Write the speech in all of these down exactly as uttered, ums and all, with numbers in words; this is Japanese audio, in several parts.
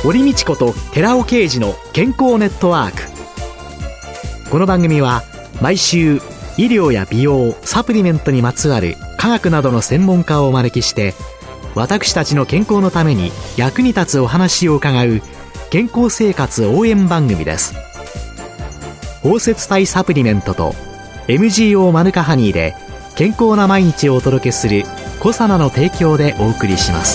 堀道子と寺尾啓二の健康ネットワーク。この番組は毎週医療や美容、サプリメントにまつわる科学などの専門家をお招きして、私たちの健康のために役に立つお話を伺う健康生活応援番組です。包摂体サプリメントと エムジーオー マヌカハニーで健康な毎日をお届けするコサナの提供でお送りします。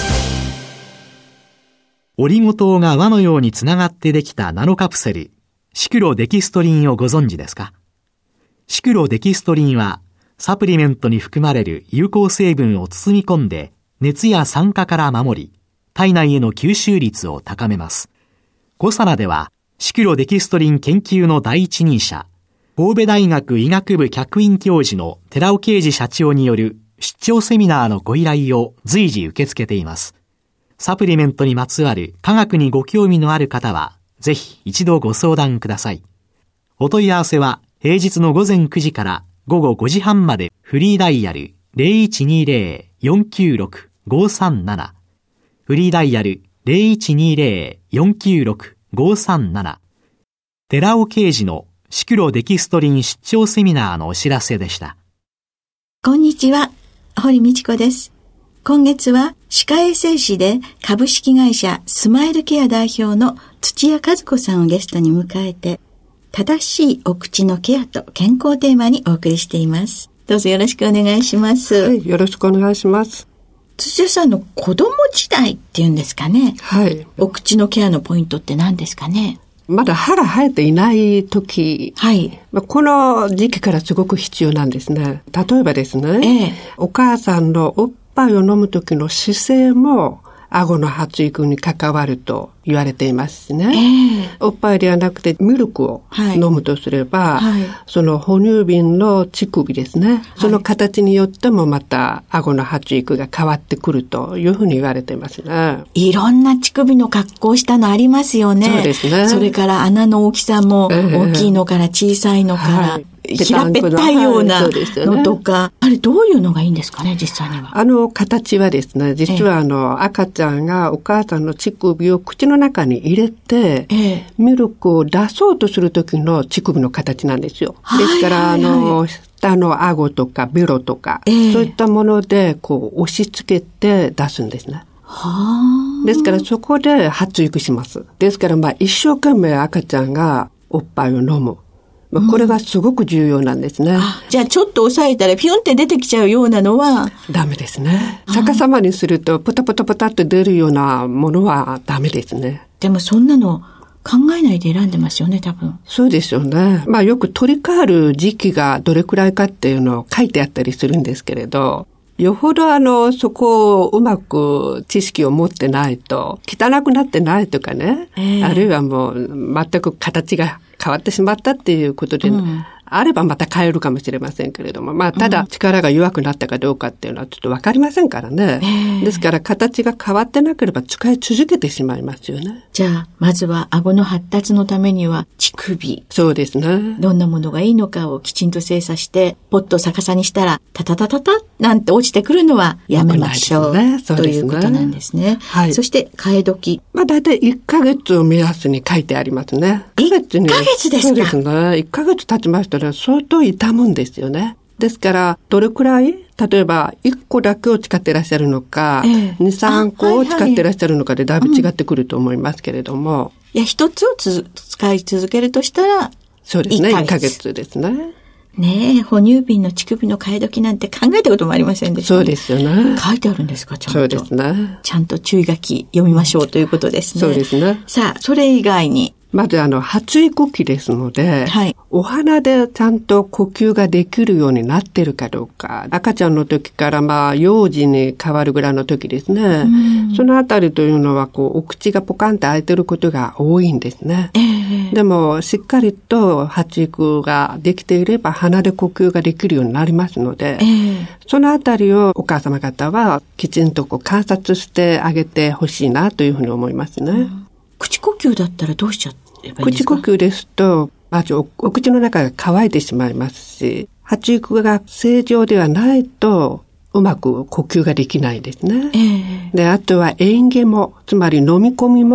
オリゴ糖が輪のようにつながってできたナノカプセル、シクロデキストリンをご存知ですか？シクロデキストリンはサプリメントに含まれる有効成分を包み込んで熱や酸化から守り、体内への吸収率を高めます。コサナではシクロデキストリン研究の第一人者、神戸大学医学部客員教授の寺尾啓二社長による出張セミナーのご依頼を随時受け付けています。サプリメントにまつわる科学にご興味のある方は、ぜひ一度ご相談ください。お問い合わせは平日のごぜんくじからごごごじはんまでフリーダイヤル ゼロいちにゼロ よんきゅうろく ごさんなな フリーダイヤル ゼロいちにゼロ よんきゅうろく ごさんなな。寺尾啓二のシクロデキストリン出張セミナーのお知らせでした。 こんにちは、堀道子です。今月は歯科衛生士で株式会社スマイルケア代表の土屋和子さんをゲストに迎えて、正しいお口のケアと健康テーマにお送りしています。どうぞよろしくお願いします。 はい、よろしくお願いします。 土屋さんの子供時代っていうんですかね。 はい。 お口のケアのポイントって何ですかね。 まだ歯が生えていない時、 はい。 この時期からすごく必要なんですね。例えばですね、 ええ、 お母さんのおっぱいを飲む時の姿勢も顎の発育に関わると言われていますしね、えー、おっぱいではなくてミルクを飲むとすれば、はいはい、その哺乳瓶の乳首ですね、はい、その形によってもまた顎の発育が変わってくるというふうに言われていますね。 いろんな乳首の格好したのありますよね。 そうですね。 それから穴の大きさも大きいのから小さいのから、えーはい平べったいようなのとか、はいね、あれどういうのがいいんですかね、実際には。 あの形はですね、実はあの、ええ、赤ちゃんがお母さんの乳首を口の中に入れて、ええ、ミルクを出そうとする時の乳首の形なんですよ。ですから、はいはいはい、あの下の顎とかベロとか、ええ、そういったものでこう押し付けて出すんですね。 はですからそこで発育します。ですからまあ一生懸命赤ちゃんがおっぱいを飲む。まあ、これがすごく重要なんですね、うん、 じゃあちょっと押さえたらピュンって出てきちゃうようなのはダメですね。逆さまにするとポタポタポタって出るようなものはダメですね。 でもそんなの考えないで選んでますよね、多分。 そうですよね。まあよく取り替わる時期がどれくらいかっていうのを書いてあったりするんですけれど、よほどあのそこをうまく知識を持ってないと汚くなってないとかね、えー、あるいはもう全く形が変わってしまったっていうことで、うん、あればまた変えるかもしれませんけれども、まあただ力が弱くなったかどうかっていうのはちょっとわかりませんからね、えー、ですから形が変わってなければ使い続けてしまいますよね。 じゃあまずは顎の発達のためには乳首、 そうですね、 どんなものがいいのかをきちんと精査して、ポットを逆さにしたらタタタタタなんて落ちてくるのはやめましょう、ね、ということなんですね、はい、そして替え時、 まあだいたいいっかげつを目安に書いてありますね。 いっかげつにいっかげつですか。 そうですね。いっかげつ経ちましたら相当痛むんですよね。ですからどれくらい、例えばいっこだけを使っていらっしゃるのか、ええ、に、さんこを使っていらっしゃるのかでだいぶ違ってくると思いますけれども、うん、 いや一つをつ使い続けるとしたらそうですね、いっかげつですね。 ねえ、哺乳瓶の乳首の替え時なんて考えたこともありませんでした、ね。 そうですよね。 書いてあるんですか、ちゃんと。 そうですね。 ちゃんと注意書き読みましょうということですね。 そうですね。 さあ、それ以外に。 まずあの、発育期ですので、 はい、 お鼻でちゃんと呼吸ができるようになっているかどうか、赤ちゃんの時からまあ、幼児に変わるぐらいの時ですね。そのあたりというのは、こう、お口がポカンと開いていることが多いんですね。 えー、 でも、しっかりと発育ができていれば、鼻で呼吸ができるようになりますので、 えー、 そのあたりをお母様方は、きちんとこう観察してあげてほしいなというふうに思いますね。うん、 口呼吸だったらどうしちゃって口呼吸ですと、まず お, お口の中が乾いてしまいますし、発育が正常ではないとうまく呼吸ができないですね。 えー、 で、あとは嚥下も、つまり飲み込みも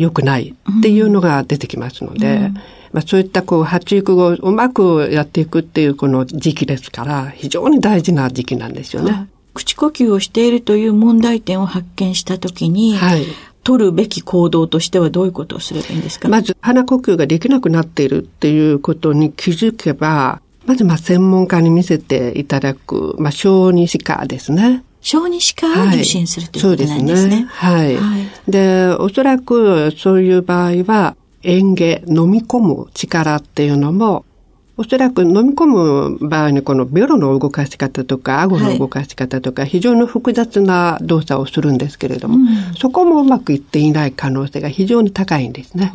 良くないっていうのが出てきますので、うんまあ、そういったこう発育をうまくやっていくっていうこの時期ですから非常に大事な時期なんですよね。 口呼吸をしているという問題点を発見したときに、はい、取るべき行動としてはどういうことをすればいいんですか？ まず鼻呼吸ができなくなっているっていうことに気づけば、まずまあ専門家に見せていただく、まあ、小児歯科ですね。 小児歯科を受診する、はい、ということなんですね。そうですね。 はい。はい、で、おそらくそういう場合は、嚥下、飲み込む力っていうのも、おそらく飲み込む場合にこのベロの動かし方とか、顎の動かし方とか、非常に複雑な動作をするんですけれども、うん、そこもうまくいっていない可能性が非常に高いんですね。うん、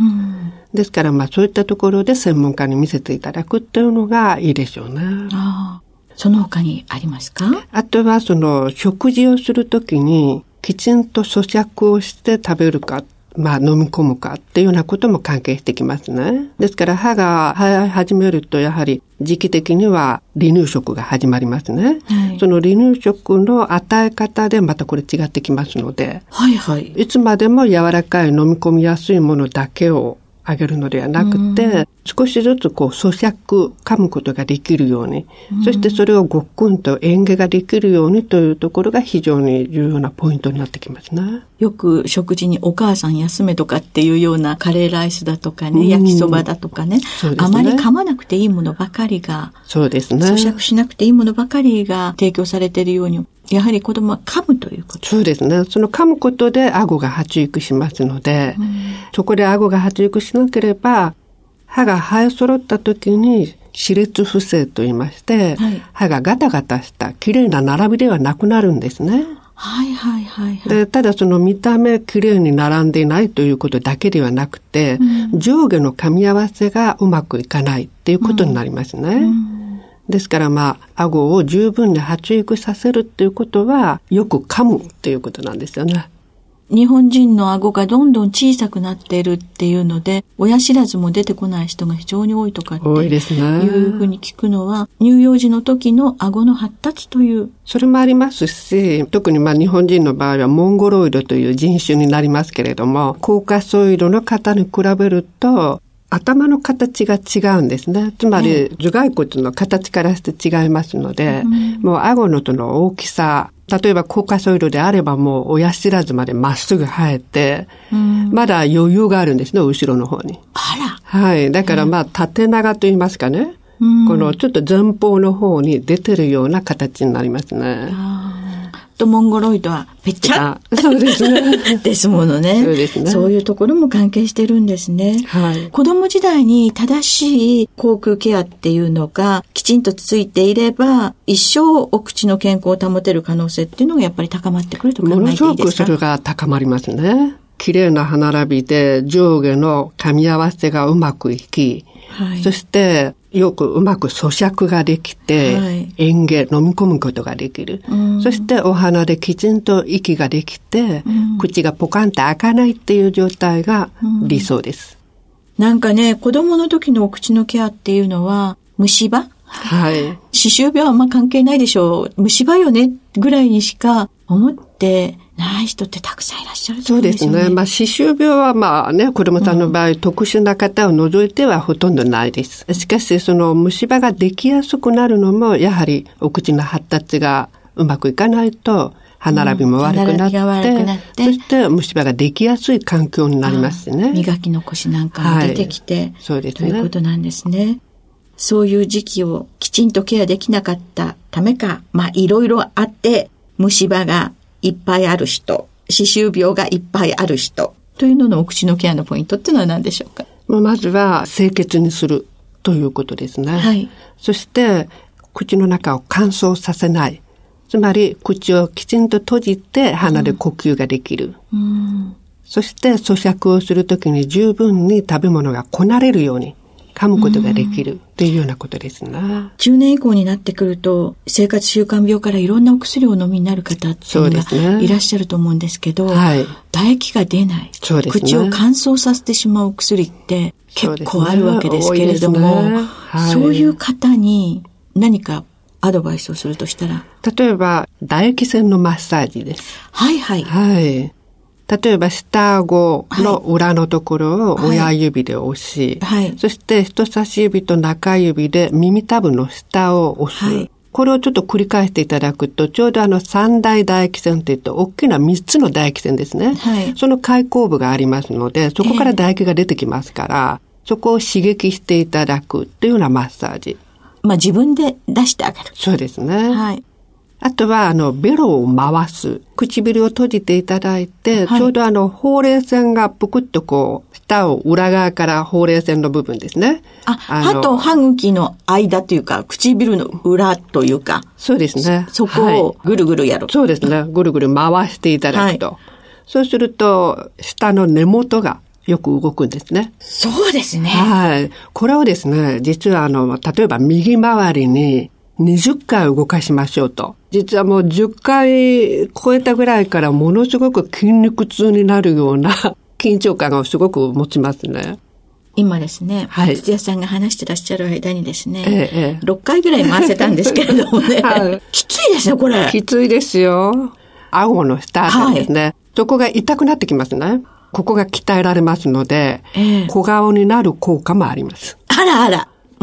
ですから、まあそういったところで専門家に見せていただくっていうのがいいでしょうね。 ああ、その他にありますか？ あとはその食事をするときにきちんと咀嚼をして食べるか、まあ飲み込むかっていうようなことも関係してきますね。ですから歯が生え始めるとやはり時期的には離乳食が始まりますね。はい、その離乳食の与え方でまたこれ違ってきますので、 はいはい。 いつまでも柔らかい飲み込みやすいものだけをあげるのではなくて、少しずつこう咀嚼、噛むことができるように、そしてそれをごっくんと嚥下ができるようにというところが非常に重要なポイントになってきますね。 よく食事にお母さん休めとかっていうようなカレーライスだとかね、焼きそばだとかね、そうですね、あまり噛まなくていいものばかりが、 そうですね、 咀嚼しなくていいものばかりが提供されているように、やはり子供は噛むということ。 そうですね。その噛むことで顎が発育しますので、うん、そこで顎が発育しなければ、歯が生え揃った時に歯列不整と言いまして、はい、歯がガタガタした綺麗な並びではなくなるんですね。 はいはいはい、はい。 で、ただその見た目綺麗に並んでいないということだけではなくて、うん、上下の噛み合わせがうまくいかないっていうことになりますね。うんうんですからまあ、顎を十分に発育させるっていうことは、よく噛むっていうことなんですよね。 日本人の顎がどんどん小さくなっているっていうので、親知らずも出てこない人が非常に多いとかっていうふうに聞くのは、乳幼児の時の顎の発達という。 それもありますし、特にまあ日本人の場合はモンゴロイドという人種になりますけれども、コーカソイドの方に比べると、頭の形が違うんですね。つまり、頭蓋骨の形からして違いますので、うん、もう顎のとの大きさ、例えばコーカソイドであればもう親知らずまでまっすぐ生えて、うん、まだ余裕があるんですね、後ろの方に。 あら。 はい。だからまあ、縦長と言いますかね。うん、このちょっと前方の方に出てるような形になりますね。 とモンゴロイドはぺっちゃそうですねですものね。 そうですね。 そういうところも関係してるんですね。はい。子供時代に正しい口腔ケアっていうのがきちんとついていれば、一生お口の健康を保てる可能性っていうのがやっぱり高まってくると考えていいですか？ ものすごくそれが高まりますね。綺麗な歯並びで上下の噛み合わせがうまくいき、はい、そしてよくうまく咀嚼ができて、はい、嚥下飲み込むことができる、うん、そしてお鼻できちんと息ができて、うん、口がポカンと開かないっていう状態が理想です、 うん、なんかね、子供の時のお口のケアっていうのは虫歯、 はい、 歯周病はあんま関係ないでしょう、虫歯よねぐらいにしか思ってない人ってたくさんいらっしゃると思うんですよね。 そうですね。まあ、歯周病はまあね、子供さんの場合、うん、特殊な方を除いてはほとんどないです。しかし、その虫歯ができやすくなるのも、やはりお口の発達がうまくいかないと、歯並びも悪くなって、うん、悪くなってそして虫歯ができやすい環境になりますね。 磨き残しなんかも出てきて、はい、 そうですね。 ということなんですね。そういう時期をきちんとケアできなかったためか、まあ、いろいろあって、虫歯がいっぱいある人、歯周病がいっぱいある人というののお口のケアのポイントっていうのは何でしょうか？ まずは清潔にするということですね。はい。そして口の中を乾燥させない。つまり口をきちんと閉じて鼻で呼吸ができる。うん、そして咀嚼をするときに十分に食べ物がこなれるように噛むことができるというようなことですね。 中年以降になってくると生活習慣病からいろんなお薬をお飲みになる方っていうのがいらっしゃると思うんですけど、はい、唾液が出ない、そうですね、口を乾燥させてしまうお薬って結構あるわけですけれども、 そうですね、はい、そういう方に何かアドバイスをするとしたら、 例えば唾液腺のマッサージです。 はいはい。 はい。 例えば下顎の裏のところを親指で押し、 はいはい、 そして人差し指と中指で耳たぶの下を押す。はい、これをちょっと繰り返していただくと、ちょうどあの三大唾液腺といって大きな三つの唾液腺ですね。はい、その開口部がありますので、そこから唾液が出てきますから、えー、そこを刺激していただくっていうようなマッサージ。 まあ自分で出してあげる。 そうですね。 はい。 あとは、あの、ベロを回す。唇を閉じていただいて、はい、ちょうどあの、ほうれい線がぷくっとこう、舌を裏側からほうれい線の部分ですね。 あ、歯と歯茎の間というか、唇の裏というか。 そうですね。 そ, そこをぐるぐるやる、はい。 そうですね。ぐるぐる回していただくと。はい、そうすると、舌の根元がよく動くんですね。 そうですね。 はい。これをですね、実はあの、例えば右回りに、にじゅっかい動かしましょうと。実はもうじゅっかい超えたぐらいからものすごく筋肉痛になるような緊張感をすごく持ちますね。 今ですね、はい、土屋さんが話してらっしゃる間にですね、 ええ、 ろっかいぐらい回せたんですけれどもね、はい、きついですね、これ。 きついですよ。顎の下あたりですね、はい。そこが痛くなってきますね。ここが鍛えられますので、ええ、小顔になる効果もあります。 あらあら。うん。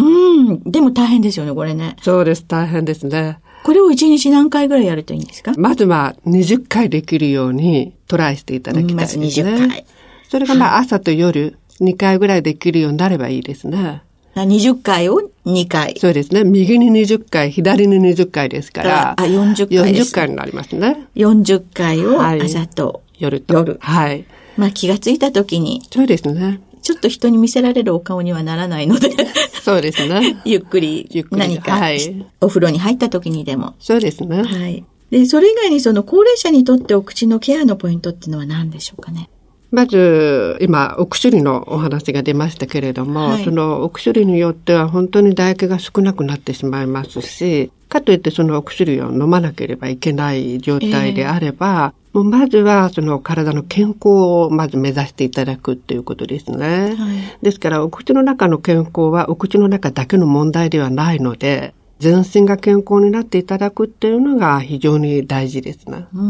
でも大変ですよね、これね。 そうです、大変ですね。 これをいちにち何回ぐらいやるといいんですか？ まずはにじゅっかいできるようにトライしていただきたいですね。まずにじゅっかい。それがまあ朝と夜にかいぐらいできるようになればいいですね。 にじゅっかいをにかい。 そうですね。右ににじゅっかい、左ににじゅっかいですから。 あ、よんじゅっかいです。 よんじゅっかいになりますね。 よんじゅっかいを朝と、はい、 夜と。 夜。 はい。 まあ気がついた時に。 そうですね。 ちょっと人に見せられるお顔にはならないので。 そうですね。 ゆっくり何か、はい、お風呂に入った時にでも。 そうですね。 はい。で、それ以外にその高齢者にとってお口のケアのポイントっていうのは何でしょうかね。 まず、今、お薬のお話が出ましたけれども、はい、そのお薬によっては本当に唾液が少なくなってしまいますし、かといってそのお薬を飲まなければいけない状態であれば、えー、もうまずはその体の健康をまず目指していただくっていうことですね。はい、ですから、お口の中の健康はお口の中だけの問題ではないので、全身が健康になっていただくっていうのが非常に大事ですね。うん、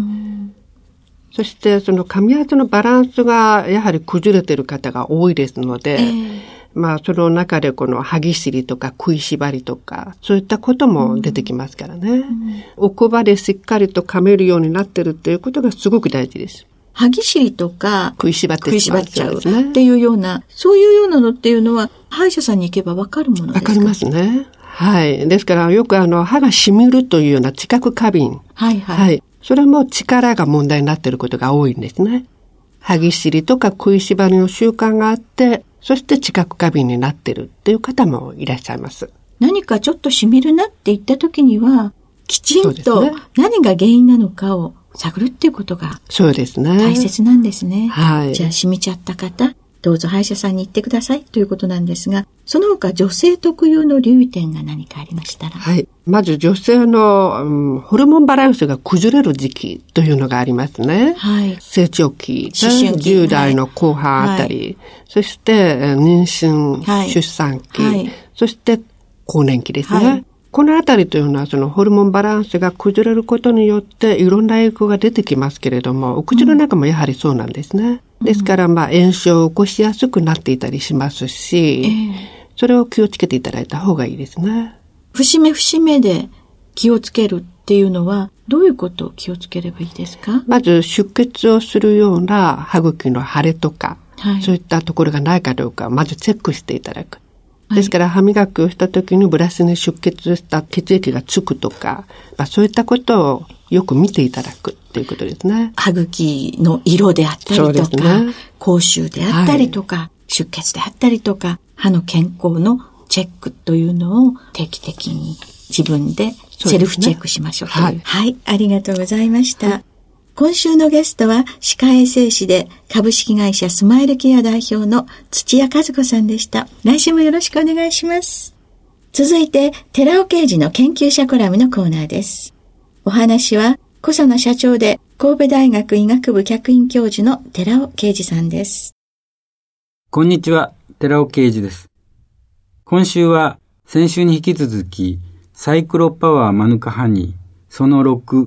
そしてその噛み合わせのバランスがやはり崩れている方が多いですので、えー、まあその中でこの歯ぎしりとか食いしばりとかそういったことも出てきますからね。うん、奥歯でしっかりと噛めるようになってるっていうことがすごく大事です。 歯ぎしりとか食いしばってしまっちゃうっていうような、そういうようなのっていうのは歯医者さんに行けばわかるものですか？ わかりますね。はい。ですからよくあの歯が染みるというような知覚過敏。 はいはい。 はい。それも力が問題になっていることが多いんですね。歯ぎしりとか食いしばりの習慣があって、そして知覚過敏になっているっていう方もいらっしゃいます。 何かちょっと染みるなって言った時には、きちんと何が原因なのかを探るっていうことがそうですね。 大切なんですね。 はい。 じゃあ染みちゃった方、どうぞ歯医者さんに行ってくださいということなんですが、その他女性特有の留意点が何かありましたら。 はい。まず女性の、うん、ホルモンバランスが崩れる時期というのがありますね。 はい。 成長期、思春期、じゅう代の後半あたり、はい、そして妊娠、はい、出産期、はい、そして更年期ですね。はい、このあたりというのはそのホルモンバランスが崩れることによっていろんな影響が出てきますけれども、お口の中もやはりそうなんですね。うん、ですからまあ炎症を起こしやすくなっていたりしますし、えー、それを気をつけていただいた方がいいですね。 節目節目で気をつけるっていうのはどういうことを気をつければいいですか？ まず出血をするような歯茎の腫れとか、はい、そういったところがないかどうかをまずチェックしていただく。ですから歯磨きをした時にブラシに出血した血液がつくとか、まあ、そういったことをよく見ていただくということですね。 歯茎の色であったりとか、ね、口臭であったりとか、はい、出血であったりとか、歯の健康のチェックというのを定期的に自分でセルフチェックしましょうという。はい、はい、ありがとうございました。はい、今週のゲストは歯科衛生士で株式会社スマイルケア代表の土屋和子さんでした。来週もよろしくお願いします。続いて寺尾啓二の研究者コラムのコーナーです。お話は小佐野社長で神戸大学医学部客員教授の寺尾啓二さんです。 こんにちは、寺尾啓二です。今週は先週に引き続きサイクロパワーマヌカハニーそのろく、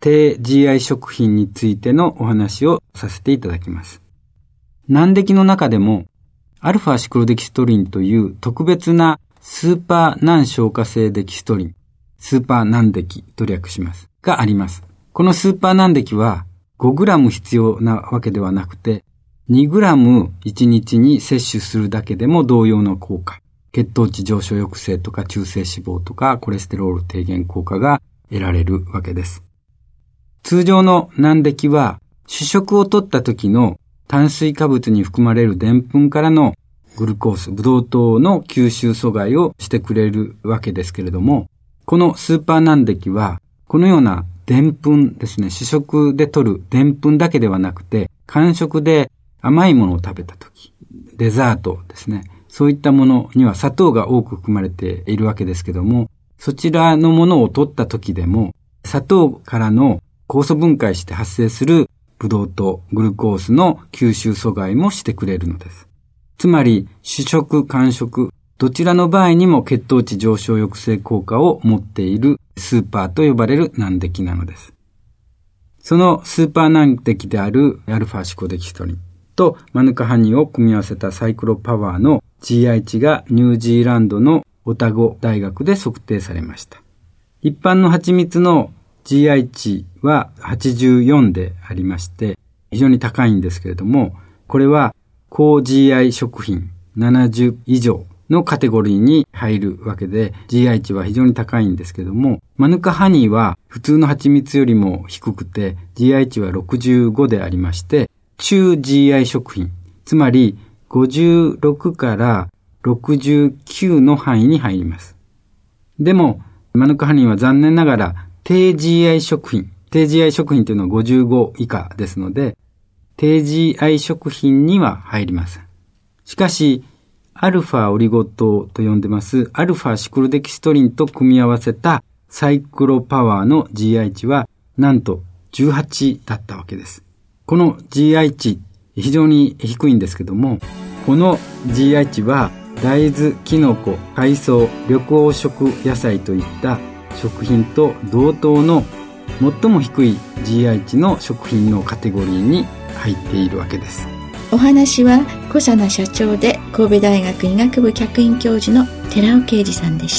低 ジーアイ 食品についてのお話をさせていただきます。難敵の中でもアルファシクロデキストリンという特別なスーパー難消化性デキストリン、スーパー難敵と略します、があります。このスーパー難敵はごグラム必要なわけではなくて、にグラムいちにちに摂取するだけでも同様の効果、血糖値上昇抑制とか中性脂肪とかコレステロール低減効果が得られるわけです。通常の難敵は主食を取った時の炭水化物に含まれるでんぷんからのグルコース、ブドウ糖の吸収阻害をしてくれるわけですけれども、このスーパー難敵はこのようなでんぷんですね、主食で取るでんぷんだけではなくて、間食で甘いものを食べたとき、デザートですね、そういったものには砂糖が多く含まれているわけですけども、そちらのものを取ったときでも、砂糖からの酵素分解して発生するブドウ糖、グルコースの吸収阻害もしてくれるのです。つまり、主食、間食、どちらの場合にも血糖値上昇抑制効果を持っているスーパーと呼ばれる難敵なのです。そのスーパー難敵であるアルファシコデキストリンとマヌカハニーを組み合わせたサイクロパワーの ジーアイ 値がニュージーランドのオタゴ大学で測定されました。一般の蜂蜜の ジーアイ 値ははちじゅうよんでありまして非常に高いんですけれども、これは高 ジーアイ 食品ななじゅう以上のカテゴリーに入るわけで ジーアイ 値は非常に高いんですけども、マヌカハニーは普通の蜂蜜よりも低くて ジーアイ 値はろくじゅうごでありまして中 ジーアイ 食品、つまりごじゅうろくからろくじゅうきゅうの範囲に入ります。でもマヌカハニーは残念ながら低 ジーアイ 食品、低 ジーアイ 食品というのはごじゅうご以下ですので低 ジーアイ 食品には入りません。しかしアルファオリゴ糖と呼んでますアルファシクロデキストリンと組み合わせたサイクロパワーの ジーアイ 値はなんとじゅうはちだったわけです。この ジーアイ 値非常に低いんですけども、この ジーアイ 値は大豆、キノコ、海藻、緑黄色野菜といった食品と同等の最も低い ジーアイ 値の食品のカテゴリーに入っているわけです。 お話は小佐奈社長で神戸大学医学部客員教授の寺尾啓二さんでした。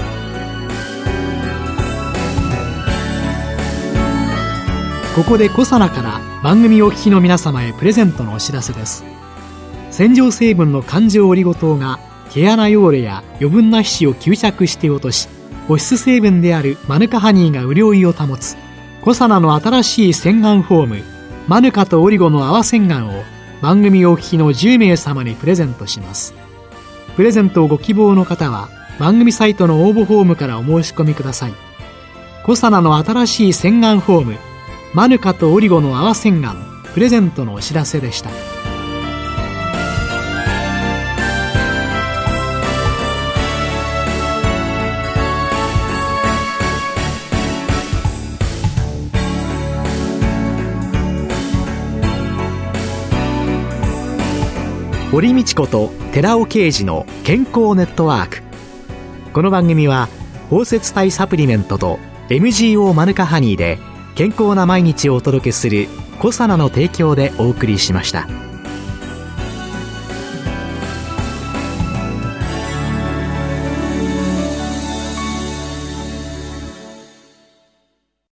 ここで小佐奈から番組お聞きの皆様へプレゼントのお知らせです。洗浄成分の環状オリゴ糖が毛穴汚れや余分な皮脂を吸着して落とし、保湿成分であるマヌカハニーが潤いを保つ小佐奈の新しい洗顔フォームマヌカとオリゴの泡洗顔を番組お聞きのじゅうめいさまにプレゼントします。プレゼントをご希望の方は番組サイトの応募フォームからお申し込みください。小佐奈の新しい洗顔フォームマヌカとオリゴの泡洗顔プレゼントのお知らせでした。堀道子と寺尾啓二の健康ネットワーク。この番組は包摂体サプリメントと エムジーオー マヌカハニーで健康な毎日をお届けする小佐奈の提供でお送りしました。